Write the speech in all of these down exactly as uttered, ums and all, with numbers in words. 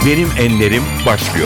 Benim Enlerim başlıyor.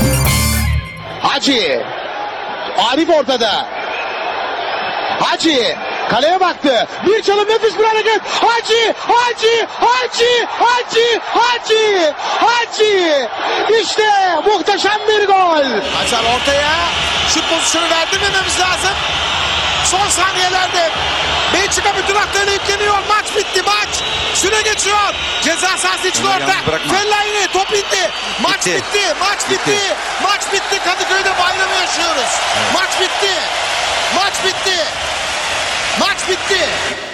Hacı. Arif ortada. Hacı. Kaleye baktı. Bir çalım, nefis bir hareket. Hacı, Hacı, Hacı, Hacı, Hacı, Hacı. İşte muhteşem bir gol. Hazar ortaya. Şut pozisyonu verdirmememiz lazım. Son saniyelerde Belçika bütün haklarıyla yükleniyor. Maç bitti, maç. Süre geçiyor. Ceza sahası içinde orta. Fellaini top indi. Maç bitti. bitti. Maç bitti. bitti. Maç bitti. Kadıköy'de bayramı yaşıyoruz. Evet. Maç bitti. Maç bitti. Maç bitti.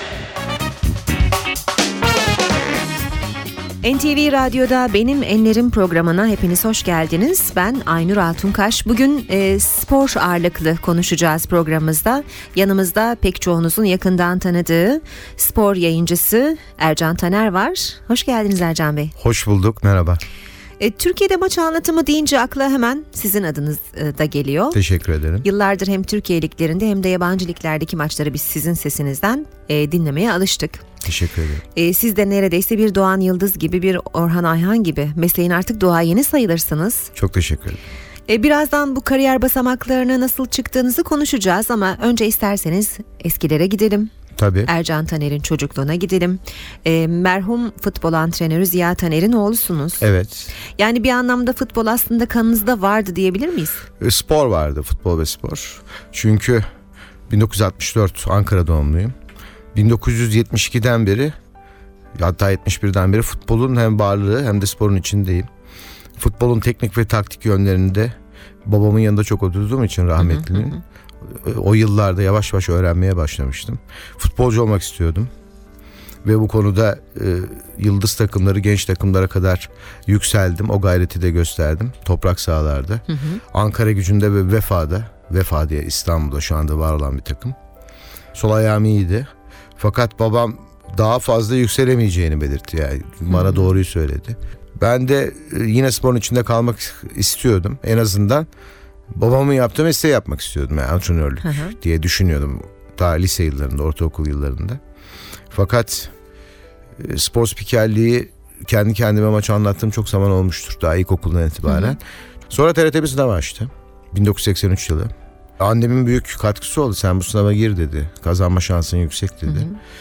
N T V Radyo'da Benim Enlerim programına hepiniz hoş geldiniz. Ben Aynur Altunkaş. Bugün e, spor ağırlıklı konuşacağız programımızda. Yanımızda pek çoğunuzun yakından tanıdığı spor yayıncısı Ercan Taner var. Hoş geldiniz Ercan Bey. Hoş bulduk, merhaba. E, Türkiye'de maç anlatımı deyince akla hemen sizin adınız e, da geliyor. Teşekkür ederim. Yıllardır hem Türkiye liglerinde hem de yabancı liglerdeki maçları biz sizin sesinizden e, dinlemeye alıştık. Teşekkür ederim. E, siz de neredeyse bir Doğan Yıldız gibi, bir Orhan Ayhan gibi mesleğin artık duayeni sayılırsınız. Çok teşekkür ederim. E, birazdan bu kariyer basamaklarına nasıl çıktığınızı konuşacağız ama önce isterseniz eskilere gidelim. Tabii. Ercan Taner'in çocukluğuna gidelim. E, merhum futbol antrenörü Ziya Taner'in oğlusunuz. Evet. Yani bir anlamda futbol aslında kanınızda vardı diyebilir miyiz? E, spor vardı, futbol ve spor. Çünkü bin dokuz yüz altmış dört Ankara doğumluyum. bin dokuz yüz yetmiş ikiden beri, hatta yetmiş birden beri futbolun hem varlığı hem de sporun içindeyim. Futbolun teknik ve taktik yönlerinde babamın yanında çok oturduğum için rahmetlinin, o yıllarda yavaş yavaş öğrenmeye başlamıştım. Futbolcu olmak istiyordum. Ve bu konuda e, yıldız takımları, genç takımlara kadar yükseldim. O gayreti de gösterdim. Toprak sahalarda. Hı hı. Ankara Gücü'nde ve Vefa'da. Vefa diye İstanbul'da şu anda var olan bir takım. Sol ayağım iyiydi. Fakat babam daha fazla yükselemeyeceğini belirtti. Yani bana hı hı. doğruyu söyledi. Ben de e, yine sporun içinde kalmak istiyordum. En azından babamın yaptığı mesleği yapmak istiyordum. Yani antrenörlük hı hı. diye düşünüyordum. Daha lise yıllarında, ortaokul yıllarında. Fakat e, spor spikerliği kendi kendime maç anlattığım çok zaman olmuştur. Daha ilkokuldan itibaren. Hı hı. Sonra T R T bir sınav açtı. bin dokuz yüz seksen üç yılı. Annemin büyük katkısı oldu. Sen bu sınava gir dedi. Kazanma şansın yüksek dedi. Hı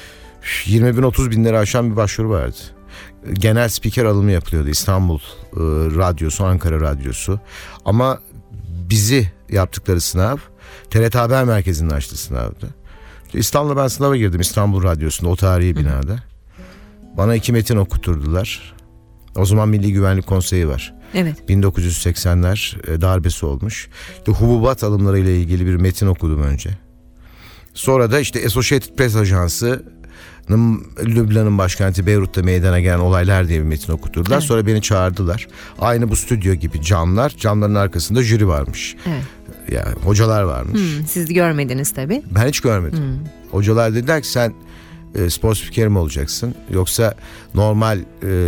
hı. yirmi bin otuz binleri aşan bir başvuru vardı. Genel spiker alımı yapılıyordu. İstanbul e, Radyosu, Ankara Radyosu. Ama bizi yaptıkları sınav T R T Haber Merkezi'nin açtığı sınavdı. İstanbul'da ben sınava girdim, İstanbul Radyosu'nda, o tarihi binada. Hı. Bana iki metin okutturdular. O zaman Milli Güvenlik Konseyi var. Evet. bin dokuz yüz seksenler darbesi olmuş. İşte hububat alımları ile ilgili bir metin okudum önce. Sonra da işte Associated Press Ajansı'nın, Lübnan'ın başkenti Beyrut'ta meydana gelen olaylar diye bir metin okutturdular. Evet. Sonra beni çağırdılar. Aynı bu stüdyo gibi camlar, camların arkasında jüri varmış. Evet. Yani hocalar varmış. Hmm, siz görmediniz tabii. Ben hiç görmedim. Hmm. Hocalar dediler ki sen e, spor spikeri mi olacaksın? Yoksa normal e,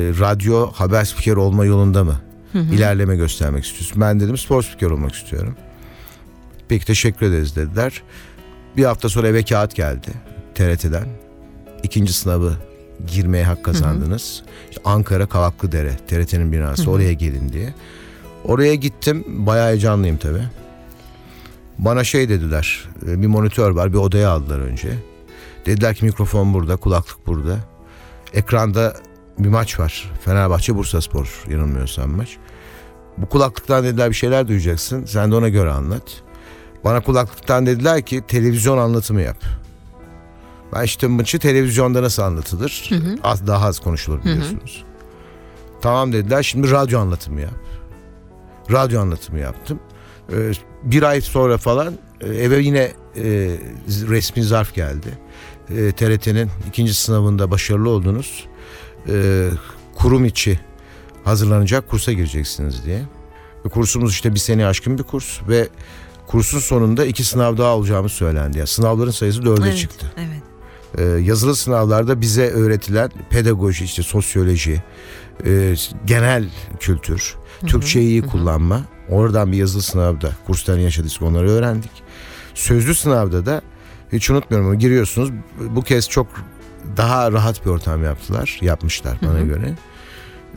radyo haber spikeri olma yolunda mı hı hı. ilerleme göstermek istiyorsun? Ben dedim spor spikeri olmak istiyorum. Peki teşekkür ederiz dediler. Bir hafta sonra eve kağıt geldi T R T'den. İkinci sınavı girmeye hak kazandınız. Hı hı. İşte Ankara Kavaklıdere, T R T'nin binası, hı hı. oraya gelin diye. Oraya gittim. Bayağı heyecanlıyım tabii. Bana şey dediler, bir monitör var, bir odaya aldılar önce. Dediler ki mikrofon burada, kulaklık burada. Ekranda bir maç var. Fenerbahçe Bursaspor, yanılmıyorsam maç. Bu kulaklıktan dediler bir şeyler duyacaksın, sen de ona göre anlat. Bana kulaklıktan dediler ki televizyon anlatımı yap. Ben işte maçı televizyonda nasıl anlatılır? Hı hı. Az, daha az konuşulur biliyorsunuz. Hı hı. Tamam dediler, şimdi radyo anlatımı yap. Radyo anlatımı yaptım. Ee, bir ay sonra falan eve yine e, resmi zarf geldi. E, T R T'nin ikinci sınavında başarılı oldunuz. E, kurum içi hazırlanacak kursa gireceksiniz diye. E, kursumuz işte bir sene aşkın bir kurs ve kursun sonunda iki sınav daha olacağımız söylendi. Yani sınavların sayısı dörde evet, çıktı. Evet. E, yazılı sınavlarda bize öğretilen pedagoji, işte sosyoloji, e, genel kültür, hı hı, Türkçeyi iyi hı hı. kullanma. Oradan bir yazılı sınavda kursların yaşadıysak onları öğrendik. Sözlü sınavda da hiç unutmuyorum ama giriyorsunuz. Bu kez çok daha rahat bir ortam yaptılar. Yapmışlar bana hı hı. göre.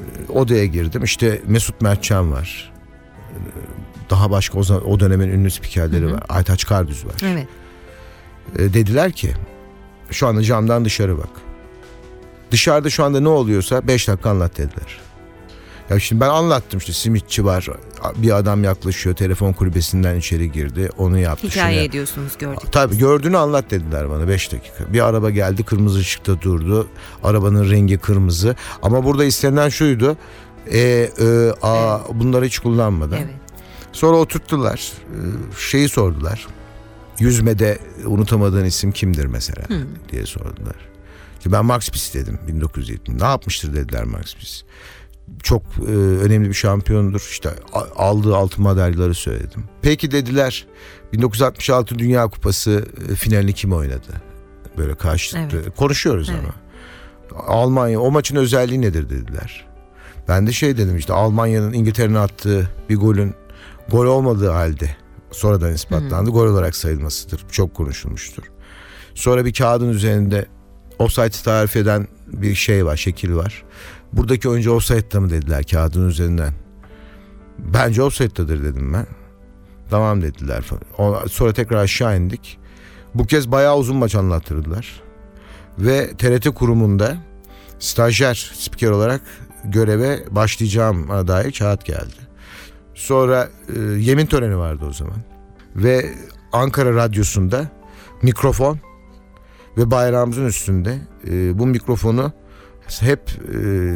Odaya girdim. İşte Mesut Mertcan var. Daha başka o, zaman, o dönemin ünlü spikerleri var. Aytaç Kardüz var. Evet. E, dediler ki şu anda camdan dışarı bak. Dışarıda şu anda ne oluyorsa beş dakika anlat dediler. Ya şimdi ben anlattım, işte simitçi var, bir adam yaklaşıyor, telefon kulübesinden içeri girdi, onu yaptı. Hikaye şunu... ediyorsunuz, gördük. Tabii gördüğünü anlat dediler bana beş dakika. Bir araba geldi, kırmızı ışıkta durdu, arabanın rengi kırmızı, ama burada istenilen şuydu, e, ö, a, evet. bunları hiç kullanmadan. Evet. Sonra oturttular, şeyi sordular, yüzmede unutamadığın isim kimdir mesela hmm. diye sordular. Ben Max Pis dedim bin dokuz yüz yetmiş. Ne yapmıştır dediler Max Pis. Çok e, önemli bir şampiyondur. İşte aldığı altın madalyaları söyledim. Peki dediler, bin dokuz yüz altmış altı Dünya Kupası e, finalini kim oynadı? Böyle karşılıklı evet. konuşuyoruz evet. ama. Almanya, o maçın özelliği nedir dediler. Ben de şey dedim, işte Almanya'nın İngiltere'nin attığı bir golün gol olmadığı halde sonradan ispatlandı. Hmm. Gol olarak sayılmasıdır. Çok konuşulmuştur. Sonra bir kağıdın üzerinde offside'i tarif eden bir şey var, şekil var. Buradaki oyuncu offside'da mı dediler kağıdın üzerinden. Bence offside'dadır dedim ben. Tamam dediler falan. Sonra tekrar aşağı indik. Bu kez bayağı uzun maç anlattırdılar. Ve T R T kurumunda stajyer spiker olarak göreve başlayacağıma dair kağıt geldi. Sonra e, yemin töreni vardı o zaman. Ve Ankara Radyosu'nda mikrofon ve bayrağımızın üstünde e, bu mikrofonu hep e,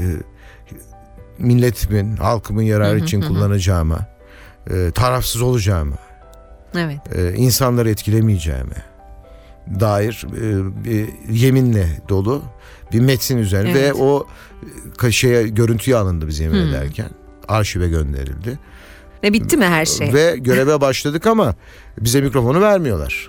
milletimin, halkımın yararı için hı hı. kullanacağıma, e, tarafsız olacağıma, evet. e, insanları etkilemeyeceğime dair e, bir yeminle dolu bir metin üzerine evet. ve o şeye görüntüye alındı biz yemin hmm. ederken, arşive gönderildi. Ve bitti mi her şey? Ve göreve başladık ama bize mikrofonu vermiyorlar.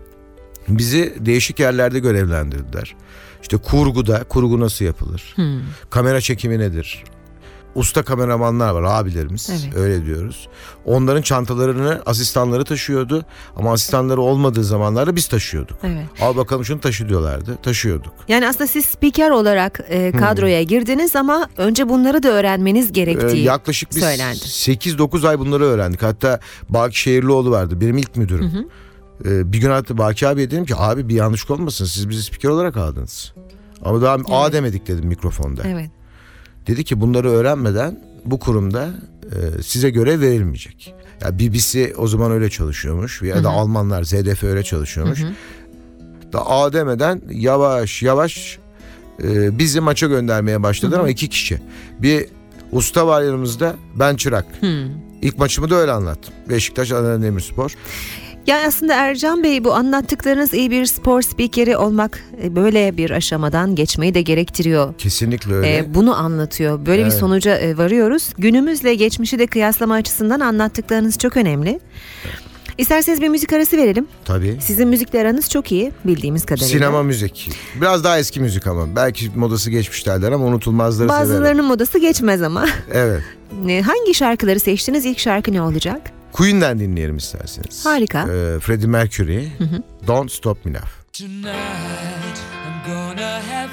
Bizi değişik yerlerde görevlendirdiler. İşte kurguda, kurgu nasıl yapılır? Hmm. Kamera çekimi nedir? Usta kameramanlar var, abilerimiz, evet. öyle diyoruz. Onların çantalarını asistanları taşıyordu. Ama asistanları olmadığı zamanlarda biz taşıyorduk. Evet. Al bakalım şunu taşı diyorlardı, taşıyorduk. Yani aslında siz spiker olarak e, kadroya hmm. girdiniz ama önce bunları da öğrenmeniz gerektiği ee, yaklaşık biz söylendi. sekiz dokuz ay bunları öğrendik. Hatta Baki Şehirlioğlu vardı, benim ilk müdürüm. Hı hı. Bir gün hatta Baki abiye dedim ki, abi bir yanlışlık olmasın, siz bizi spiker olarak aldınız. Ama daha evet. A demedik dedim mikrofonda. Evet. Dedi ki bunları öğrenmeden bu kurumda e, size görev verilmeyecek. Ya B B C o zaman öyle çalışıyormuş ya da Hı-hı. Almanlar Z D F öyle çalışıyormuş. Hı-hı. Da A demeden yavaş yavaş e, bizi maça göndermeye başladılar. Hı-hı. Ama iki kişi. Bir usta var yanımızda, ben çırak. Hı. İlk maçımı da öyle anlattım. Beşiktaş Adana Demirspor. Yani aslında Ercan Bey, bu anlattıklarınız iyi bir spor spikeri olmak, böyle bir aşamadan geçmeyi de gerektiriyor. Kesinlikle öyle. Ee, bunu anlatıyor. Böyle evet. bir sonuca varıyoruz. Günümüzle geçmişi de kıyaslama açısından anlattıklarınız çok önemli. Evet. İsterseniz bir müzik arası verelim. Tabii. Sizin müzikle aranız çok iyi bildiğimiz kadarıyla. Sinema müzik. Biraz daha eski müzik ama. Belki modası geçmiş derler ama unutulmazları severim. Bazılarının modası geçmez ama. Evet. Hangi şarkıları seçtiniz? İlk şarkı ne olacak? Queen'den dinleyelim isterseniz. Harika. Ee, Freddie Mercury, hı hı. Don't Stop Me Now. Tonight I'm gonna have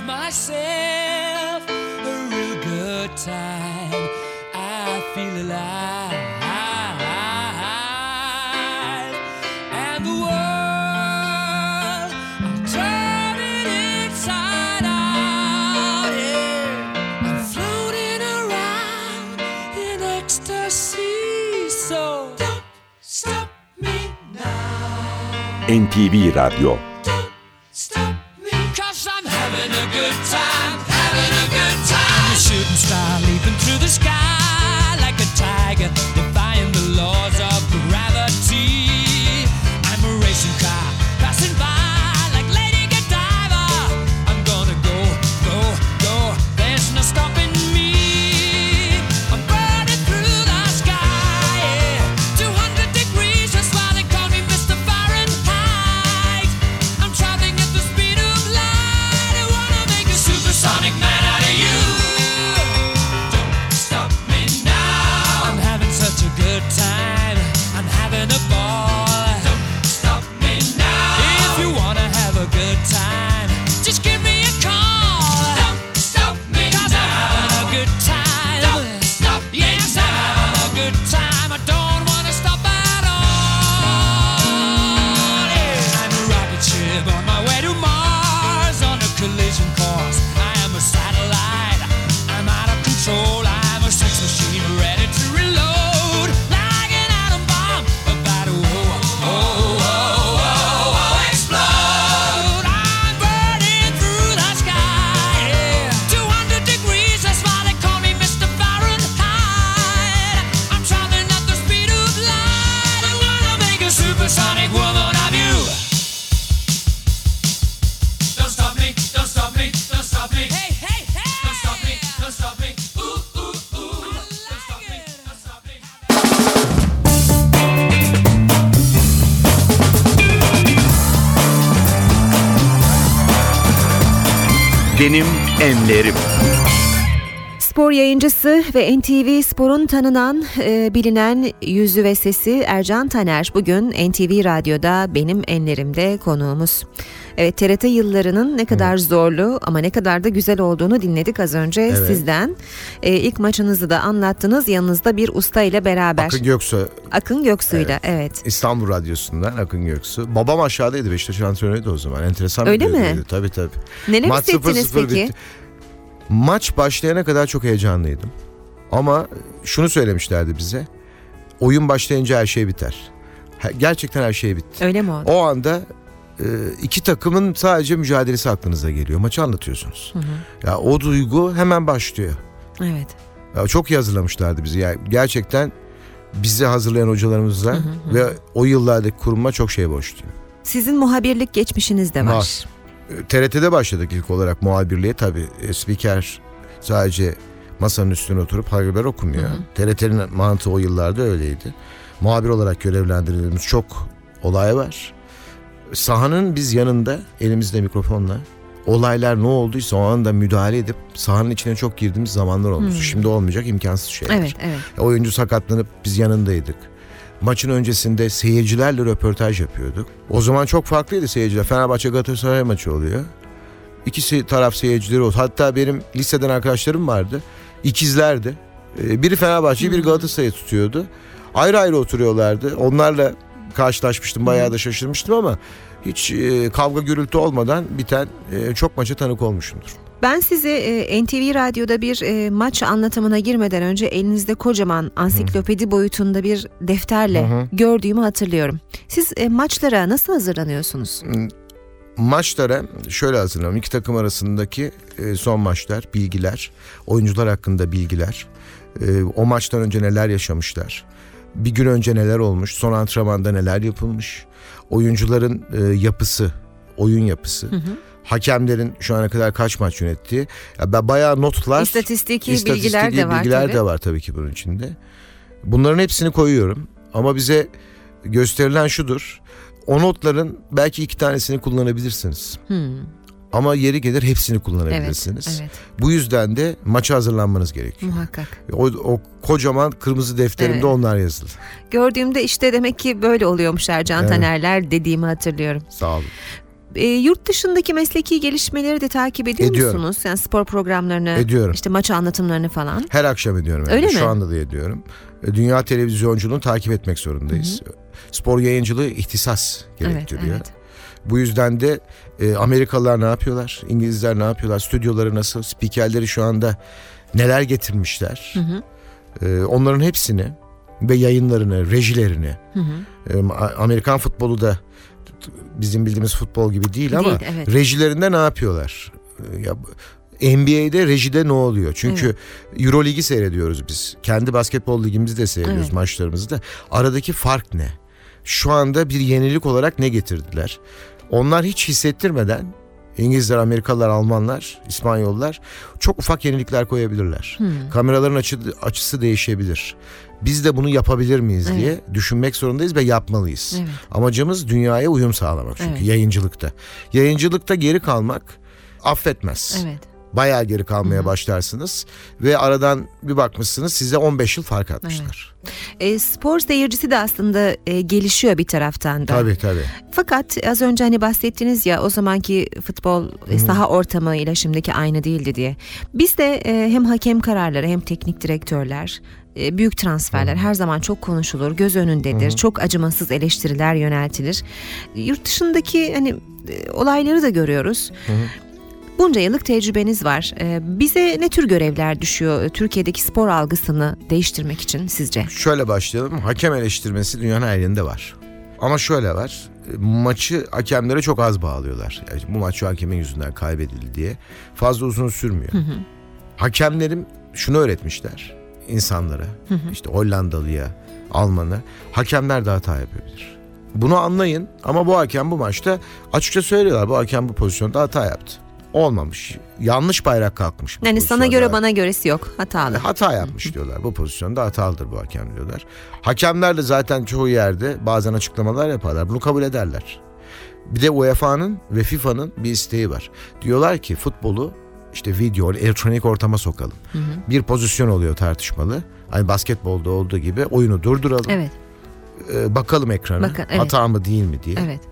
myself a real good time. I feel alive. And the world, I'm turning inside out. Yeah. I'm floating around in ecstasy. So don't stop me now. N T V Radyo. Stop me, 'cause I'm having a good time, having a good time. A shooting star leaping through the sky like a tiger, defying the laws of gravity. I'm a racing car passing by like Lady Godiva. I'm gonna go, go, go. There's no stopping me. I'm burning through the sky, yeah. two hundred degrees, that's why they call me Mister Fahrenheit. I'm traveling at the speed of light. I wanna make a supersonic man out of you. Don't stop me. Benim enlerim. Spor yayıncısı ve N T V Spor'un tanınan, e, bilinen yüzü ve sesi Ercan Taner bugün N T V Radyo'da Benim Enlerim'de konuğumuz. Evet, T R T yıllarının ne kadar evet. zorlu ama ne kadar da güzel olduğunu dinledik az önce evet. sizden. E, ilk maçınızı da anlattınız, yanınızda bir usta ile beraber. Akın Göksu. Akın Göksu'yla evet. evet. İstanbul Radyosu'ndan Akın Göksu. Babam aşağıdaydı, Beşiktaş antrenörüydü o zaman. Enteresan Öyle bir mi? Tabii tabii. Neler Maç hissettiniz peki? Bitti. Maç başlayana kadar çok heyecanlıydım. Ama şunu söylemişlerdi bize. Oyun başlayınca her şey biter. Gerçekten her şey bitti. Öyle mi oldu? O anda iki takımın sadece mücadelesi aklınıza geliyor. Maçı anlatıyorsunuz. Hı hı. Ya o duygu hemen başlıyor. Evet. Ya çok iyi hazırlamışlardı bizi. Yani gerçekten bizi hazırlayan hocalarımızla hı hı hı. ve o yıllardaki kuruma çok şey borçluyum. Sizin muhabirlik geçmişiniz de var. var. T R T'de başladık ilk olarak muhabirliğe. Tabii spiker sadece masanın üstüne oturup haber okumuyor. Hı hı. T R T'nin mantığı o yıllarda öyleydi. Muhabir olarak görevlendirildiğimiz çok olay var. Sahanın biz yanında elimizde mikrofonla olaylar ne olduysa o anda müdahale edip sahanın içine çok girdiğimiz zamanlar olmuş. Hmm. Şimdi olmayacak imkansız şeyler. Evet, evet. Oyuncu sakatlanıp biz yanındaydık. Maçın öncesinde seyircilerle röportaj yapıyorduk. O zaman çok farklıydı seyirciler. Fenerbahçe Galatasaray maçı oluyor. İkisi taraf seyircileri oldu. Hatta benim liseden arkadaşlarım vardı. İkizlerdi. Biri Fenerbahçe'yi, biri Galatasaray'ı tutuyordu. Ayrı ayrı oturuyorlardı. Onlarla karşılaşmıştım, bayağı da şaşırmıştım ama hiç e, kavga gürültü olmadan biten e, çok maça tanık olmuşumdur. Ben sizi e, N T V Radyo'da bir e, maç anlatımına girmeden önce elinizde kocaman ansiklopedi Hı. boyutunda bir defterle Hı. gördüğümü hatırlıyorum. Siz e, maçlara nasıl hazırlanıyorsunuz? Maçlara şöyle hazırlanıyorum. İki takım arasındaki e, son maçlar, bilgiler, oyuncular hakkında bilgiler, e, o maçtan önce neler yaşamışlar, bir gün önce neler olmuş, son antrenmanda neler yapılmış, oyuncuların e, yapısı, oyun yapısı, hı hı. hakemlerin şu ana kadar kaç maç yönettiği, ya bayağı notlar, istatistiki, istatistiki bilgiler de var, bilgiler tabii. de var tabii ki bunun içinde. Bunların hepsini koyuyorum ama bize gösterilen şudur: o notların belki iki tanesini kullanabilirsiniz. Hmm. Ama yeri gelir hepsini kullanabilirsiniz. Evet, evet. Bu yüzden de maça hazırlanmanız gerekiyor. Muhakkak. O, o kocaman kırmızı defterimde evet. onlar yazılı. Gördüğümde işte demek ki böyle oluyormuş Ercan evet. Tanerler dediğimi hatırlıyorum. Sağ olun. E, yurt dışındaki mesleki gelişmeleri de takip ediyor Ediyorum. musunuz? Yani spor programlarını, ediyorum. işte maç anlatımlarını falan. Her akşam ediyorum. Öyle mi? Şu anda da ediyorum. Dünya televizyonculuğunu takip etmek zorundayız. Hı hı. Spor yayıncılığı ihtisas gerektiriyor. Evet, evet. Bu yüzden de e, Amerikalılar ne yapıyorlar? İngilizler ne yapıyorlar? Stüdyoları nasıl? Spikerleri şu anda neler getirmişler? Hı hı. E, onların hepsini ve yayınlarını, rejilerini. Hı hı. E, Amerikan futbolu da bizim bildiğimiz futbol gibi değil, değil ama evet. rejilerinde ne yapıyorlar? E, ya, N B A'de rejide ne oluyor? Çünkü evet. Euroligi seyrediyoruz biz. Kendi basketbol ligimizi de seyrediyoruz, evet. maçlarımızı da. Aradaki fark ne? Şu anda bir yenilik olarak ne getirdiler? Onlar hiç hissettirmeden İngilizler, Amerikalılar, Almanlar, İspanyollar çok ufak yenilikler koyabilirler. Hmm. Kameraların açı, açısı değişebilir. Biz de bunu yapabilir miyiz evet. diye düşünmek zorundayız ve yapmalıyız. Evet. Amacımız dünyaya uyum sağlamak çünkü evet. yayıncılıkta. Yayıncılıkta geri kalmak affetmez. Evet. Bayağı geri kalmaya Hı-hı. başlarsınız ve aradan bir bakmışsınız size on beş yıl fark atmışlar. Evet. E, spor seyircisi de aslında e, gelişiyor bir taraftan da. Tabii tabii. Fakat az önce hani bahsettiniz ya, o zamanki futbol Hı-hı. saha ortamıyla şimdiki aynı değildi diye. Biz de e, hem hakem kararları hem teknik direktörler, e, büyük transferler Hı-hı. her zaman çok konuşulur, göz önündedir. Hı-hı. Çok acımasız eleştiriler yöneltilir. Yurt dışındaki hani e, olayları da görüyoruz. Hı-hı. Bunca yıllık tecrübeniz var. Bize ne tür görevler düşüyor Türkiye'deki spor algısını değiştirmek için sizce? Şöyle başlayalım. Hakem eleştirmesi dünyanın her yerinde var. Ama şöyle var. Maçı hakemlere çok az bağlıyorlar. Yani bu maç şu hakemin yüzünden kaybedildi diye. Fazla uzun sürmüyor. Hı hı. Hakemlerim şunu öğretmişler insanlara. Hı hı. İşte Hollandalıya, Alman'a. Hakemler de hata yapabilir. Bunu anlayın ama bu hakem bu maçta açıkça söylüyorlar. Bu hakem bu pozisyonda hata yaptı. Olmamış. Yanlış bayrak kalkmış. Yani sana göre bana göresi yok. Hatalı. Hata yapmış diyorlar. Bu pozisyonda hatalıdır bu hakem diyorlar. Hakemler de zaten çoğu yerde bazen açıklamalar yaparlar. Bunu kabul ederler. Bir de U E F A'nın ve FIFA'nın bir isteği var. Diyorlar ki futbolu işte video, elektronik ortama sokalım. Hı hı. Bir pozisyon oluyor tartışmalı. Hani basketbolda olduğu gibi oyunu durduralım. Evet. Ee, bakalım ekrana. Bakın, evet. Hata mı değil mi diye. Evet.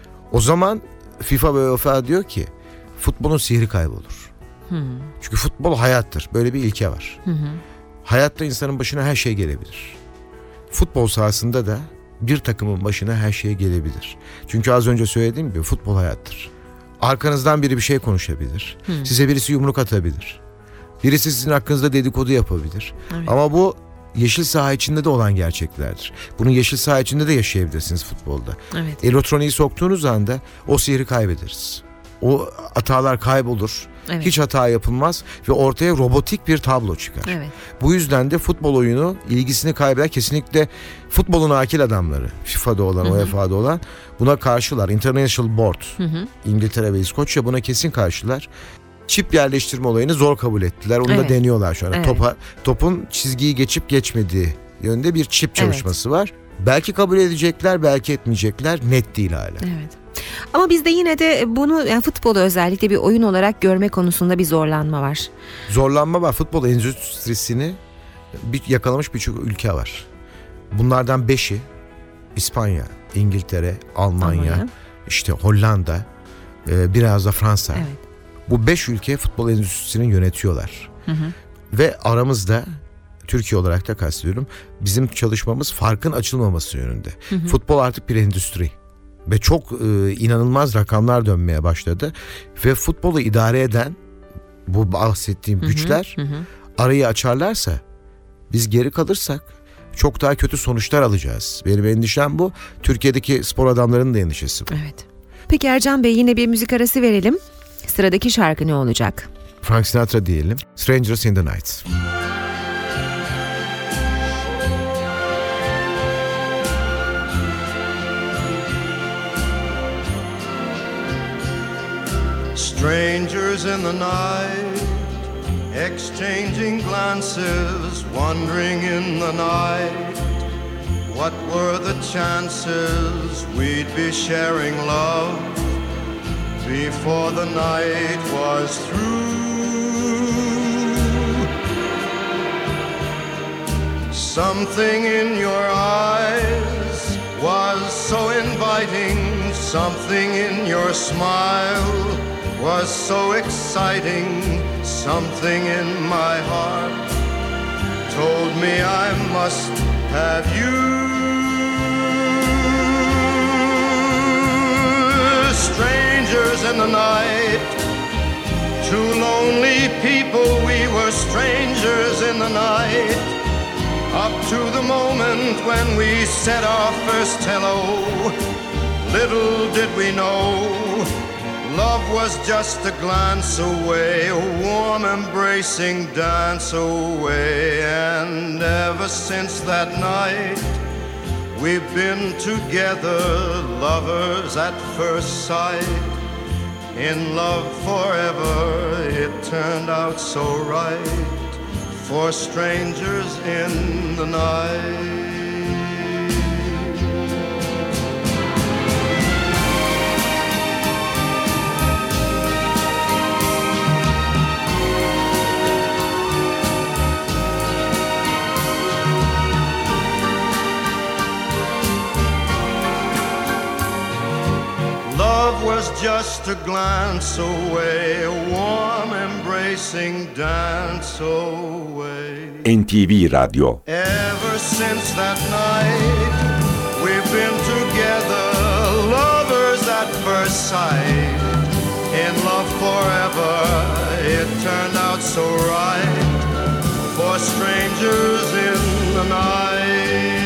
O zaman FIFA ve UEFA diyor ki futbolun sihri kaybolur. Hı hı. Çünkü futbol hayattır. Böyle bir ilke var. Hı hı. Hayatta insanın başına her şey gelebilir. Futbol sahasında da bir takımın başına her şey gelebilir. Çünkü az önce söylediğim gibi futbol hayattır. Arkanızdan biri bir şey konuşabilir. Hmm. Size birisi yumruk atabilir. Birisi sizin hakkınızda dedikodu yapabilir. Evet. Ama bu yeşil saha içinde de olan gerçeklerdir. Bunu yeşil saha içinde de yaşayabilirsiniz futbolda. Evet. Elektroniği soktuğunuz anda o sihri kaybederiz. O hatalar kaybolur. Evet. Hiç hata yapılmaz ve ortaya robotik bir tablo çıkar. Evet. Bu yüzden de futbol oyunu ilgisini kaybeder. Kesinlikle futbolun akil adamları, FIFA'da olan, hı hı. U E F A'da olan buna karşılar. International Board, hı hı. İngiltere ve İskoçya buna kesin karşılar. Çip yerleştirme olayını zor kabul ettiler. Onu evet. da deniyorlar şu an. Evet. Topa, topun çizgiyi geçip geçmediği yönde bir çip çalışması evet. var. Belki kabul edecekler, belki etmeyecekler. Net değil hala. Evet. Ama bizde yine de bunu, yani futbolu özellikle bir oyun olarak görme konusunda bir zorlanma var. Zorlanma var. Futbol endüstrisini bir, yakalamış birçok ülke var. Bunlardan beşi İspanya, İngiltere, Almanya, Almanya. işte Hollanda, e, biraz da Fransa. Evet. Bu beş ülke futbol endüstrisini yönetiyorlar. Hı hı. Ve aramızda Türkiye olarak da kastediyorum, bizim çalışmamız farkın açılmaması yönünde. Hı hı. Futbol artık bir endüstri. Ve çok e, inanılmaz rakamlar dönmeye başladı. Ve futbolu idare eden bu bahsettiğim hı hı, güçler hı. arayı açarlarsa, biz geri kalırsak çok daha kötü sonuçlar alacağız. Benim endişem bu. Türkiye'deki spor adamlarının da endişesi bu. Evet. Peki Ercan Bey, yine bir müzik arası verelim. Sıradaki şarkı ne olacak? Frank Sinatra diyelim. Strangers in the Night. Strangers in the night, exchanging glances, wandering in the night. What were the chances we'd be sharing love before the night was through? Something in your eyes was so inviting, something in your smile was so exciting, something in my heart told me I must have you. Strangers in the night, two lonely people, we were strangers in the night, up to the moment when we said our first hello. Little did we know, love was just a glance away, a warm embracing dance away. And ever since that night, we've been together, lovers at first sight, in love forever. It turned out so right for strangers in the night. Love was just a glance away, a warm embracing dance away. N T V Radyo. Ever since that night, we've been together, lovers at first sight, in love forever. It turned out so right for strangers in the night.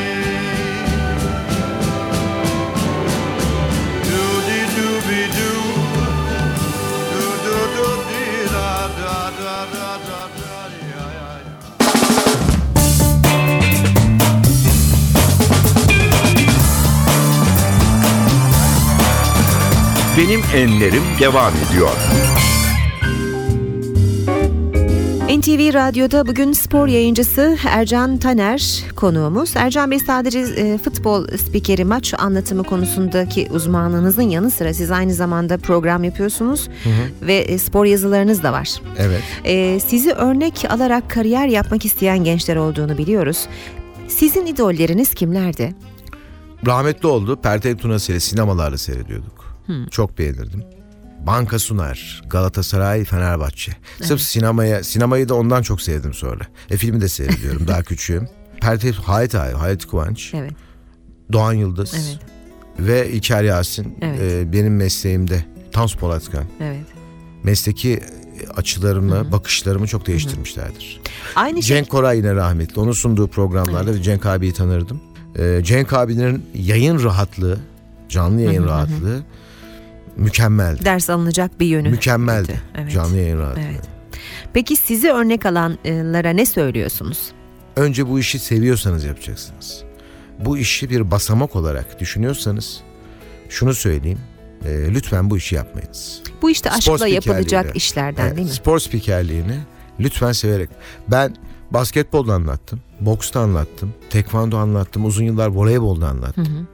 Benim enlerim devam ediyor. N T V Radyo'da bugün spor yayıncısı Ercan Taner konuğumuz. Ercan Bey, sadece e, futbol spikeri, maç anlatımı konusundaki uzmanlığınızın yanı sıra siz aynı zamanda program yapıyorsunuz. Hı hı. Ve e, spor yazılarınız da var. Evet. E, sizi örnek alarak kariyer yapmak isteyen gençler olduğunu biliyoruz. Sizin idolleriniz kimlerdi? Rahmetli oldu. Pertev Tunas'ı sinemalarda seyrediyorduk. Hı. Çok beğenirdim. Banka Sunar, Galatasaray, Fenerbahçe. Evet. Sırf sinemaya, sinemayı da ondan çok sevdim sonra. E filmi de seyrediyorum, daha küçüğüm. Pertev, Halit Ağay, Halit Kıvanç, evet. Doğan Yıldız, evet. Ve İlker Yasin. Evet. E, benim mesleğimde Tansu Polatkan. Evet. Mesleki açılarımı, Hı-hı. bakışlarımı çok değiştirmişlerdir. Aynı Cenk şey... Koray yine rahmetli. Onun sunduğu programlarda evet. Cenk abiyi tanırdım. E, Cenk abinin yayın rahatlığı, canlı yayın Hı-hı. rahatlığı mükemmeldi. Ders alınacak bir yönü. Mükemmeldi. Evet. Canlı yayın rahatlığı. Evet. Peki sizi örnek alanlara ne söylüyorsunuz? Önce bu işi seviyorsanız yapacaksınız. Bu işi bir basamak olarak düşünüyorsanız şunu söyleyeyim. E, lütfen bu işi yapmayınız. Bu işte aşkla yapılacak işlerden evet, değil mi? Spor spikerliğini lütfen severek. Ben basketbolda anlattım, boksta anlattım, tekvando anlattım, uzun yıllar voleybolda anlattım. Hı hı.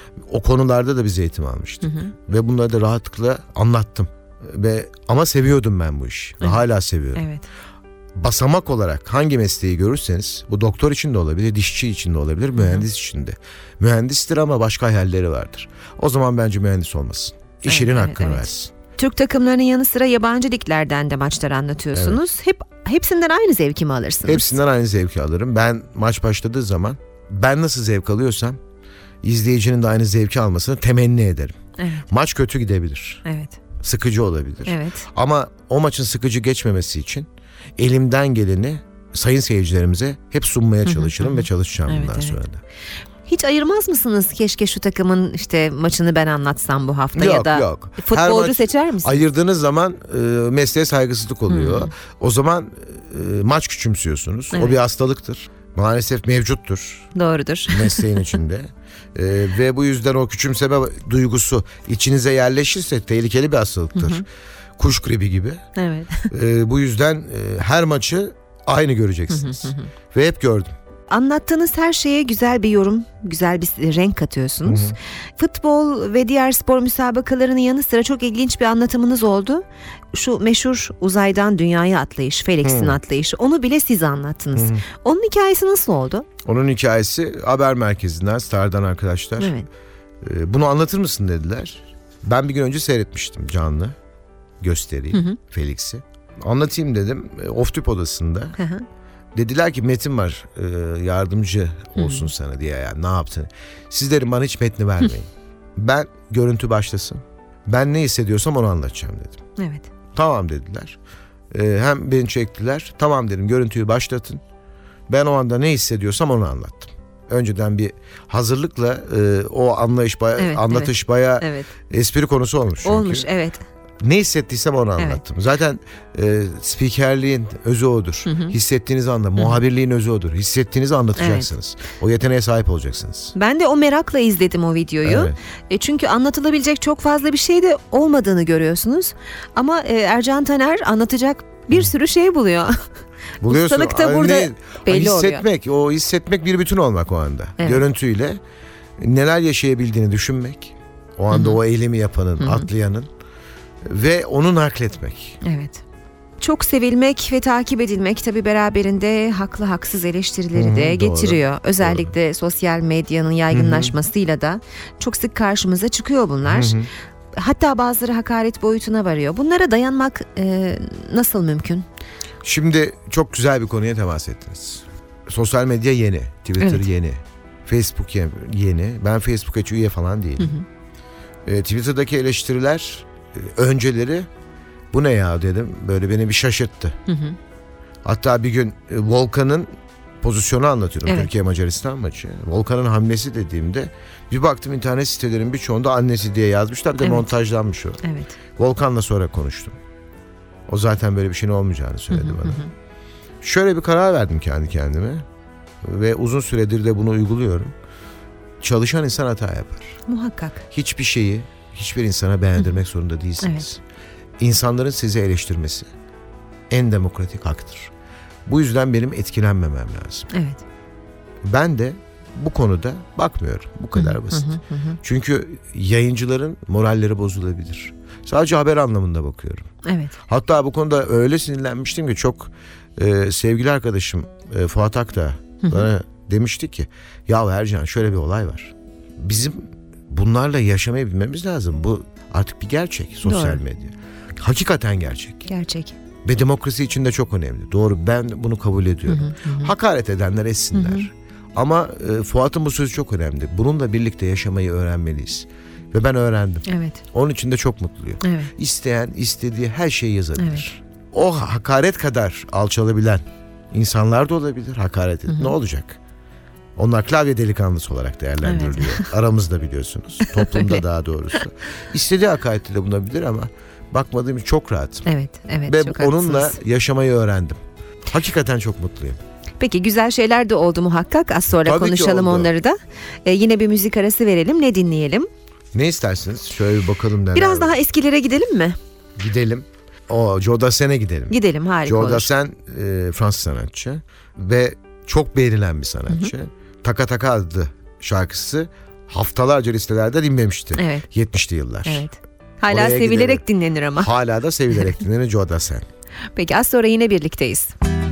O konularda da biz eğitim almıştık. Hı hı. Ve bunları da rahatlıkla anlattım. Ve ama seviyordum ben bu işi. Evet. Ve hala seviyorum. Evet. Basamak olarak hangi mesleği görürseniz, bu doktor için de olabilir, dişçi için de olabilir, mühendis Hı-hı. için de. Mühendistir ama başka hayalleri vardır. O zaman bence mühendis olmasın. İşinin evet, hakkını evet, evet. versin. Türk takımlarının yanı sıra yabancı liglerden de maçları anlatıyorsunuz. Evet. Hep hepsinden aynı zevki mi alırsınız? Hepsinden aynı zevki alırım. Ben maç başladığı zaman ben nasıl zevk alıyorsam izleyicinin de aynı zevki almasını temenni ederim. Evet. Maç kötü gidebilir. Evet. Sıkıcı olabilir. Evet. Ama o maçın sıkıcı geçmemesi için elimden geleni sayın seyircilerimize hep sunmaya çalışırım hı hı. ve çalışacağım evet, bundan evet. sonra da. Hiç ayırmaz mısınız? Keşke şu takımın işte maçını ben anlatsam bu hafta yok, ya da yok. futbolcu maç, seçer misiniz? Ayırdığınız zaman e, mesleğe saygısızlık oluyor. Hmm. O zaman e, maç küçümsüyorsunuz. Evet. O bir hastalıktır. Maalesef mevcuttur. Doğrudur. Mesleğin içinde. e, ve bu yüzden o küçümseme duygusu içinize yerleşirse tehlikeli bir hastalıktır. Hı hı. Kuş gribi gibi. Evet. e, bu yüzden e, her maçı aynı göreceksiniz. Hı hı hı. Ve hep gördüm. Anlattığınız her şeye güzel bir yorum, güzel bir renk katıyorsunuz. Hı hı. Futbol ve diğer spor müsabakalarının yanı sıra çok ilginç bir anlatımınız oldu. Şu meşhur uzaydan dünyaya atlayış, Felix'in hı. atlayışı. Onu bile siz anlattınız. Hı hı. Onun hikayesi nasıl oldu? Onun hikayesi haber merkezinden, Star'dan arkadaşlar. Evet. Ee, bunu anlatır mısın dediler. Ben bir gün önce seyretmiştim canlı. Göstereyim hı hı. Felix'i. Anlatayım dedim. Off-tüp odasında. Hı hı. Dediler ki metin var, yardımcı olsun hmm. sana diye, yani ne yaptın? Siz derim bana hiç metni vermeyin. Ben görüntü başlasın. Ben ne hissediyorsam onu anlatacağım dedim. Evet. Tamam dediler. Hem beni çektiler. Tamam dedim, görüntüyü başlatın. Ben o anda ne hissediyorsam onu anlattım. Önceden bir hazırlıkla o anlayış baya, evet, anlatış evet. baya evet. espri konusu olmuş. Çünkü. Olmuş evet. Ne hissettiysem onu anlattım. Evet. Zaten e, spikerliğin özü odur. Hı hı. Hissettiğinizi anla. Hı hı. Muhabirliğin özü odur. Hissettiğinizi anlatacaksınız. Evet. O yeteneğe sahip olacaksınız. Ben de o merakla izledim o videoyu. Evet. E, çünkü anlatılabilecek çok fazla bir şey de olmadığını görüyorsunuz. Ama e, Ercan Taner anlatacak bir hı. sürü şey buluyor. Buluyorsun. Ustalık da burada ne, belli hissetmek, oluyor. O hissetmek bir bütün olmak o anda. Evet. Görüntüyle neler yaşayabildiğini düşünmek. O anda hı hı. o eylemi yapanın, hı hı. atlayanın. Ve onu nakletmek. Evet. Çok sevilmek ve takip edilmek tabii beraberinde haklı haksız eleştirileri Hı-hı, de getiriyor. Doğru, Özellikle doğru. sosyal medyanın yaygınlaşmasıyla Hı-hı. da çok sık karşımıza çıkıyor bunlar. Hı-hı. Hatta bazıları hakaret boyutuna varıyor. Bunlara dayanmak e, nasıl mümkün? Şimdi çok güzel bir konuya temas ettiniz. Sosyal medya yeni, Twitter evet. yeni, Facebook yeni. Ben Facebook'a hiç üye falan değilim. E, Twitter'daki eleştiriler önceleri bu ne ya dedim, böyle beni bir şaşırttı. Hı hı. Hatta bir gün e, Volkan'ın pozisyonu anlatıyorum, evet. Türkiye Macaristan maçı. Volkan'ın hamlesi dediğimde bir baktım internet sitelerinin birçoğunda annesi diye yazmışlar da evet. montajlanmış o. Evet. Volkan'la sonra konuştum. O zaten böyle bir şeyin olmayacağını söyledi hı hı, bana. Hı. Şöyle bir karar verdim kendi kendime ve uzun süredir de bunu uyguluyorum. Çalışan insan hata yapar. Muhakkak. Hiçbir şeyi hiçbir insana beğendirmek Hı. zorunda değilsiniz. Evet. İnsanların sizi eleştirmesi en demokratik haktır. Bu yüzden benim etkilenmemem lazım. Evet. Ben de bu konuda bakmıyorum. Bu kadar Hı hı, basit. hı hı. Çünkü yayıncıların moralleri bozulabilir. Sadece haber anlamında bakıyorum. Evet. Hatta bu konuda öyle sinirlenmiştim ki çok e, sevgili arkadaşım e, Fuat Akta bana demişti ki ya Ercan şöyle bir olay var. Bizim bunlarla yaşamayı bilmemiz lazım. Bu artık bir gerçek sosyal Doğru. medya. Hakikaten gerçek. Gerçek. Ve demokrasi için de çok önemli. Doğru, ben bunu kabul ediyorum. Hı hı hı. Hakaret edenler etsinler. Hı hı. Ama e, Fuat'ın bu sözü çok önemli. Bununla birlikte yaşamayı öğrenmeliyiz. Ve ben öğrendim. Evet. Onun için de çok mutluyum. Evet. İsteyen istediği her şeyi yazabilir. Evet. O hakaret kadar alçalabilen insanlar da olabilir. Hakaret et. Ne olacak? Onlar klavye delikanlısı olarak değerlendiriliyor. Aramızda biliyorsunuz. Toplumda Öyle. daha doğrusu. İstediği hakareti de bulunabilir ama bakmadığım için çok rahatım. Evet. Evet. Ve çok onunla haklısınız. yaşamayı öğrendim. Hakikaten çok mutluyum. Peki güzel şeyler de oldu muhakkak. Az sonra Tabii ki konuşalım oldu. onları da. Ee, yine bir müzik arası verelim. Ne dinleyelim? Ne istersiniz? Şöyle bir bakalım. neler Biraz var. daha eskilere gidelim mi? Gidelim. O Joe Dassin'e gidelim. Gidelim, harika Joe olur. Dassin e, Fransız sanatçı ve çok beğenilen bir sanatçı. Hı hı. Taka Taka adlı şarkısı haftalarca listelerde dinlemişti. Evet. yetmişli yıllar. Evet. Hala Oraya sevilerek gidelim. dinlenir ama. Hala da sevilerek dinlenir Joe Dassin. Peki az sonra yine birlikteyiz.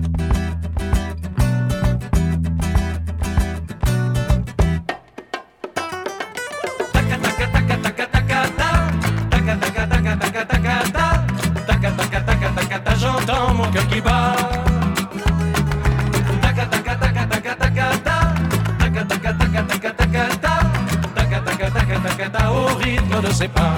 J'entends mon cœur qui bat. Taca taca taca taca taca ta. Taca taca taca taca taca ta. Taca taca taca taca ta au rythme de ses pas.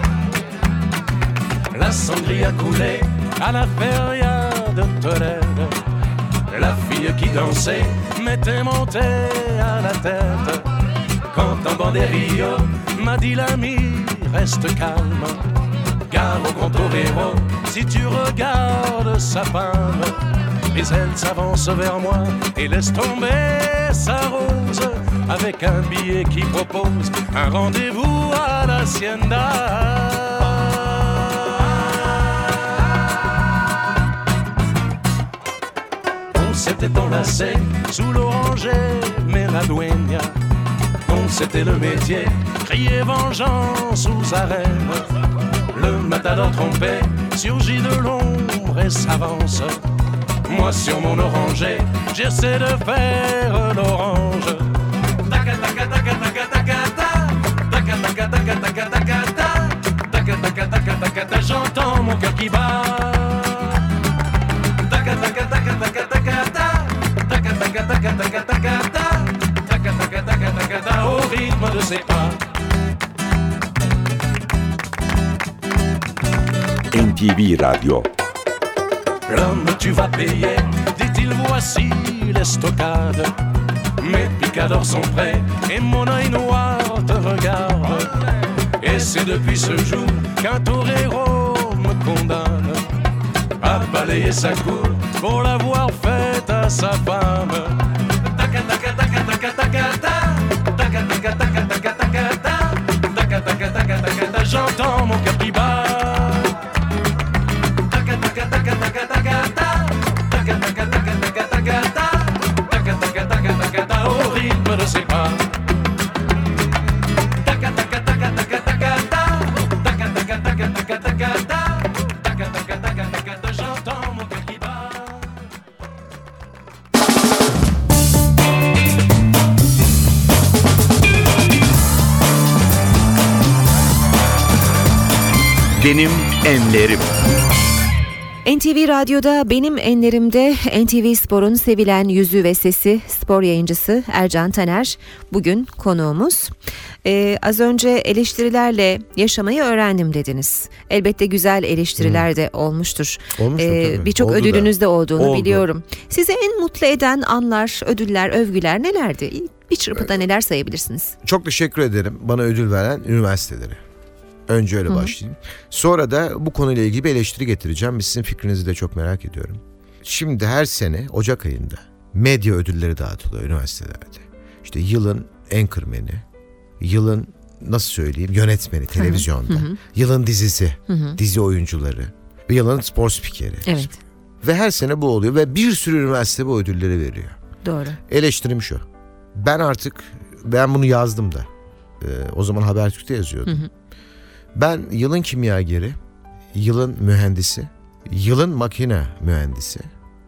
La sangria coulait à la feria de Tolède. La fille qui dansait m'était montée à la tête. Quand un banderillo m'a dit l'ami reste calme. Car au grand torero, si tu regardes sa femme, mais elle s'avance vers moi et laisse tomber sa rose avec un billet qui propose un rendez-vous à l'hacienda. On s'était enlacé sous l'oranger Meradueña. On c'était le métier, crier vengeance aux arènes. Le matador trompé surgit de l'ombre et s'avance. Moi sur mon oranger, j'essaie de faire l'orange. Taca taca taca taca taca ta. Taca taca taca taca taca ta. Taca taca taca taca ta. J'entends mon cœur qui bat. Taca taca taca taca taca ta. Taca taca taca taca taca ta. Taca taca taca taca ta au rythme de ses pas. N T V Radyo. L'homme tu vas payer, dit-il, voici l'estocade. Mes picadors sont prêts et mon œil noir te regarde. Et c'est depuis ce jour qu'un torero me condamne à balayer sa cour pour l'avoir faite à sa femme. Taca taca taca taca taca ta. Taca taca taca taca taca ta. Taca taca taca taca ta. J'entends mon cœur qui bat. Au rythme de ses pas. Taca taca taca taca taca ta. Taca taca taca taca taca ta. Taca taca taca taca ta. J'entends mon cœur qui bat. Benim enlerim. N T V Radyo'da benim enlerimde N T V Spor'un sevilen yüzü ve sesi spor yayıncısı Ercan Taner bugün konuğumuz. Ee, az önce eleştirilerle yaşamayı öğrendim dediniz. Elbette güzel eleştiriler hmm. de olmuştur. Olmuştur Ee, tabii. Birçok Oldu ödülünüz da. de olduğunu Oldu. biliyorum. Size en mutlu eden anlar, ödüller, övgüler nelerdi? Bir çırpıda neler sayabilirsiniz? Çok teşekkür ederim bana ödül veren üniversiteleri. Önce öyle Hı-hı. başlayayım. Sonra da bu konuyla ilgili bir eleştiri getireceğim. Sizin fikrinizi de çok merak ediyorum. Şimdi her sene Ocak ayında medya ödülleri dağıtılıyor üniversitelerde. İşte yılın anchorman'i, yılın nasıl söyleyeyim yönetmeni televizyonda, Hı-hı. yılın dizisi, Hı-hı. dizi oyuncuları ve yılın spor spikeri. Evet. Ve her sene bu oluyor ve bir sürü üniversite bu ödülleri veriyor. Doğru. Eleştirim şu. Ben artık ben bunu yazdım da. Ee, o zaman Habertürk'te yazıyordum. Hı hı. Ben yılın kimyageri, yılın mühendisi, yılın makine mühendisi,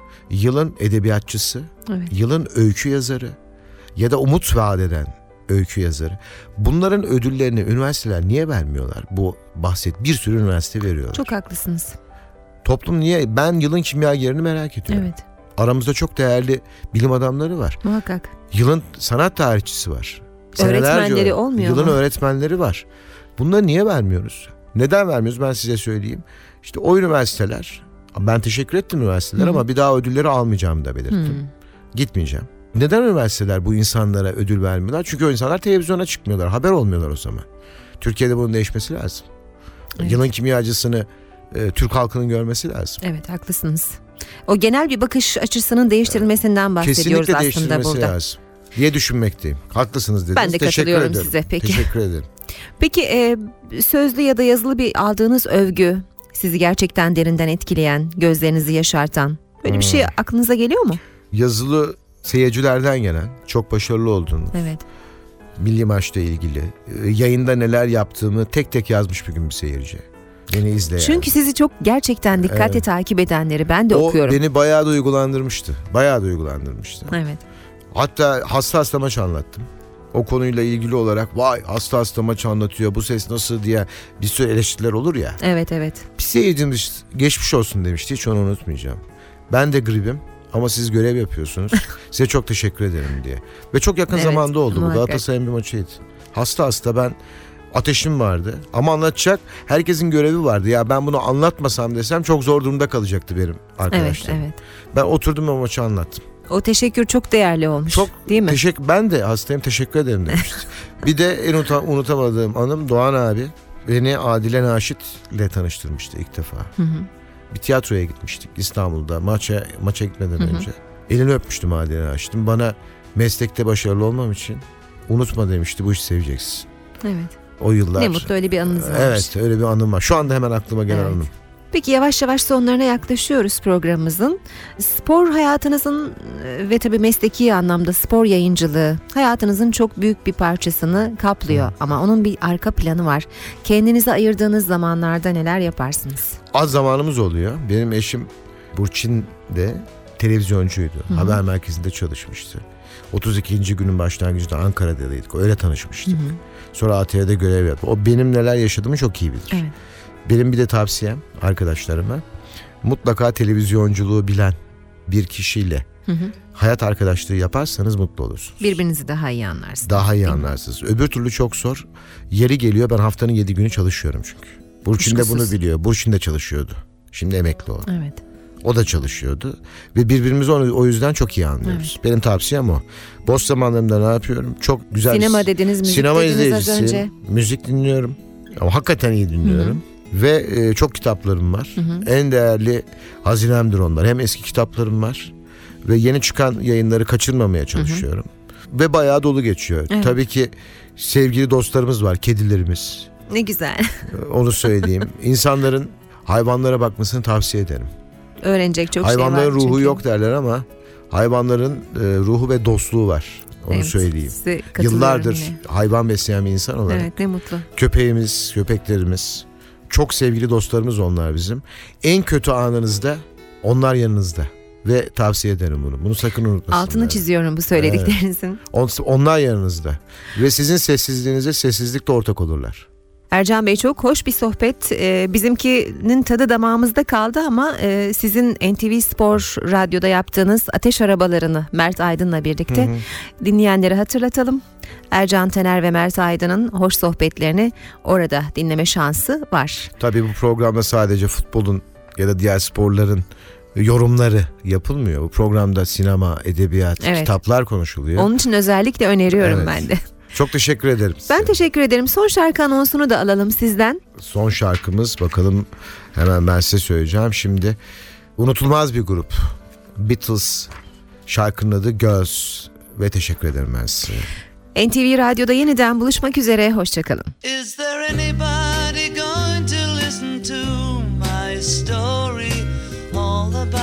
yılın edebiyatçısı, evet. yılın öykü yazarı ya da umut vaat eden öykü yazarı. Bunların ödüllerini üniversiteler niye vermiyorlar? Bu bahset bir sürü üniversite veriyorlar. Çok haklısınız. Toplum niye? Ben yılın kimyagerini merak ediyorum. Evet. Aramızda çok değerli bilim adamları var. Muhakkak. Yılın sanat tarihçisi var. Öğretmenleri olmuyor Yılın mu? öğretmenleri var. Bunları niye vermiyoruz? Neden vermiyoruz ben size söyleyeyim. İşte o üniversiteler, ben teşekkür ettim üniversiteler Hı-hı. ama bir daha ödülleri almayacağımı da belirttim. Hı-hı. Gitmeyeceğim. Neden üniversiteler bu insanlara ödül vermiyorlar? Çünkü o insanlar televizyona çıkmıyorlar, haber olmuyorlar o zaman. Türkiye'de bunun değişmesi lazım. Evet. Yılın kimyacısını e, Türk halkının görmesi lazım. Evet, haklısınız. O genel bir bakış açısının değiştirilmesinden bahsediyoruz Kesinlikle aslında burada. Kesinlikle değiştirilmesi lazım diye düşünmekteyim. Haklısınız dediniz. Ben de Teşekkür katılıyorum ederim. size. Peki. Teşekkür ederim. Peki e, sözlü ya da yazılı bir aldığınız övgü sizi gerçekten derinden etkileyen, gözlerinizi yaşartan böyle hmm. bir şey aklınıza geliyor mu? Yazılı seyircilerden gelen, çok başarılı olduğunuz. Evet. Milli maçla ilgili yayında neler yaptığımı tek tek yazmış bir gün bir seyirci. Beni izleyen. Çünkü sizi çok gerçekten dikkatle evet. takip edenleri ben de o okuyorum. O beni bayağı duygulandırmıştı. Bayağı duygulandırmıştı. Evet. Hatta hasta hasta maç anlattım. O konuyla ilgili olarak vay hasta hasta maç anlatıyor, bu ses nasıl diye bir sürü eleştiriler olur ya. Evet evet. Bir seyircimiz geçmiş olsun demişti, hiç onu unutmayacağım. Ben de gribim ama siz görev yapıyorsunuz. Size çok teşekkür ederim diye. Ve çok yakın evet, zamanda oldu muhakkak. Bu Galatasaray'ın bir maçıydı. Hasta hasta ben ateşim vardı ama anlatacak herkesin görevi vardı. Ya ben bunu anlatmasam desem çok zor durumda kalacaktı benim arkadaşlarım. Evet, evet. Ben oturdum ve maçı anlattım. O teşekkür çok değerli olmuş. Çok değil mi? Teşekkür, ben de hastayım teşekkür ederim demişti. Bir de en unutamadığım anım Doğan abi beni Adile Naşit ile tanıştırmıştı ilk defa. Hı hı. Bir tiyatroya gitmiştik İstanbul'da maça maça gitmeden hı hı. önce. Elini öpmüştüm Adile Naşit'in. Bana meslekte başarılı olmam için unutma demişti, bu işi seveceksin. Evet. O yıllar. Ne mutlu öyle bir anınız var. Evet, öyle bir anım var. Şu anda hemen aklıma gelen evet. anım. Peki yavaş yavaş sonlarına yaklaşıyoruz programımızın. Spor hayatınızın ve tabii mesleki anlamda spor yayıncılığı hayatınızın çok büyük bir parçasını kaplıyor. Hmm. Ama onun bir arka planı var. Kendinize ayırdığınız zamanlarda neler yaparsınız? Az zamanımız oluyor. Benim eşim Burçin de televizyoncuydu. Hmm. Haber merkezinde çalışmıştı. otuz ikinci günün başlangıcında Ankara'daydık. Öyle tanışmıştık. Hmm. Sonra A T V'de görev yaptı. O benim neler yaşadığımı çok iyi bilir. Evet. Benim bir de tavsiyem arkadaşlarıma mutlaka televizyonculuğu bilen bir kişiyle hı hı. hayat arkadaşlığı yaparsanız mutlu olursunuz. Birbirinizi daha iyi anlarsınız. Daha iyi anlarsınız. Öbür türlü çok zor. Yeri geliyor, ben haftanın yedi günü çalışıyorum çünkü. Burçin de bunu biliyor. Burçin de çalışıyordu. Şimdi emekli oldu. Evet. O da çalışıyordu ve birbirimizi o yüzden çok iyi anlıyoruz. Evet. Benim tavsiyem o. Boş zamanlarımda ne yapıyorum? Çok güzel. Sinema dediniz, müzik sinema dediniz az önce. Müzik dinliyorum. Ama hakikaten iyi dinliyorum. Hı hı. Ve e, çok kitaplarım var. Hı hı. En değerli hazinemdir onlar. Hem eski kitaplarım var ve yeni çıkan yayınları kaçırmamaya çalışıyorum. Hı hı. Ve bayağı dolu geçiyor. Evet. Tabii ki sevgili dostlarımız var, kedilerimiz. Ne güzel. Onu söyleyeyim. İnsanların hayvanlara bakmasını tavsiye ederim. Öğrenecek çok hayvanların şey var. Hayvanların ruhu çünkü. yok derler ama hayvanların e, ruhu ve dostluğu var. Onu evet, söyleyeyim. Yıllardır yine. hayvan besleyen bir insan olarak. Evet, ne mutlu. Köpeğimiz, köpeklerimiz, çok sevgili dostlarımız onlar bizim. En kötü anınızda onlar yanınızda. Ve tavsiye ederim bunu. Bunu sakın unutmasınlar. Altını çiziyorum bu söylediklerinizin. Evet. Onlar yanınızda. Ve sizin sessizliğinize sessizlikle ortak olurlar. Ercan Bey, çok hoş bir sohbet. Ee, bizimkinin tadı damağımızda kaldı ama e, sizin N T V Spor Radyo'da yaptığınız Ateş Arabalarını Mert Aydın'la birlikte hı hı. dinleyenlere hatırlatalım. Ercan Tener ve Mert Aydın'ın hoş sohbetlerini orada dinleme şansı var. Tabii bu programda sadece futbolun ya da diğer sporların yorumları yapılmıyor. Bu programda sinema, edebiyat, evet. kitaplar konuşuluyor. Onun için özellikle öneriyorum evet. ben de. Çok teşekkür ederim size. Ben teşekkür ederim. Son şarkı anonsunu da alalım sizden. Son şarkımız, bakalım hemen ben size söyleyeceğim. Şimdi unutulmaz bir grup. Beatles, şarkının adı Girls ve teşekkür ederim ben size. N T V Radyo'da yeniden buluşmak üzere. Hoşçakalın. Is there anybody going to listen to my story all about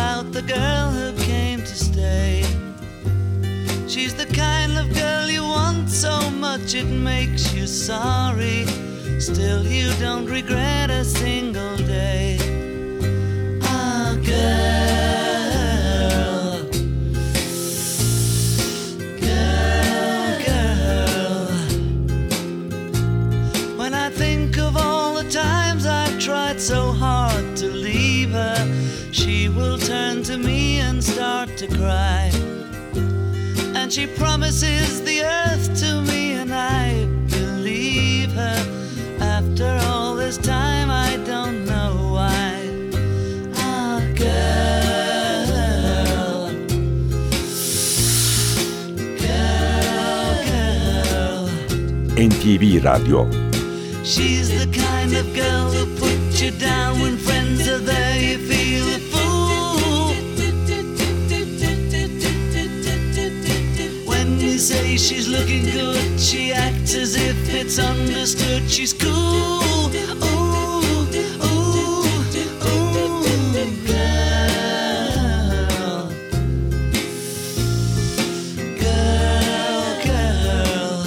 girl who came to stay. She's the kind of girl you want so much it makes you sorry. Still you don't regret a single day. Ah, girl, girl, girl. When I think of all the times I've tried so hard to leave her, she will turn to me and start to cry. And she promises the earth to me, and I believe her. After all this time, I don't know why. Ah, girl, girl, girl. N T V Radyo. She's the kind of girl who puts you down when friends are there. You feel a fool. When you say she's looking good, she acts as if it's understood. She's cool. Ooh, ooh, ooh, girl, girl, girl.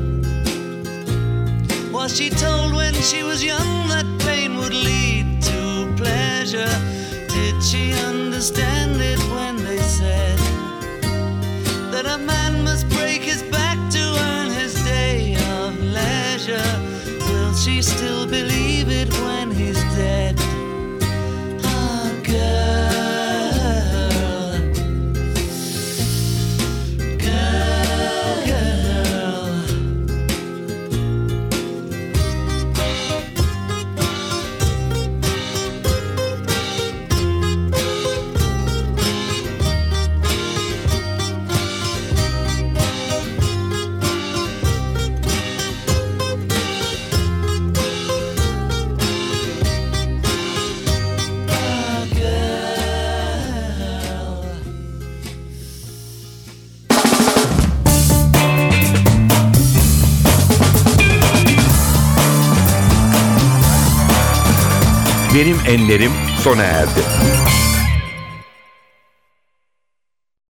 Was she told when she was young that pain would lead to pleasure? Did she understand it when they said that a man must break his back to earn his day of leisure? Will she still believe it when he's dead? Ah, girl, girl, girl. Benim Enlerim sona erdi.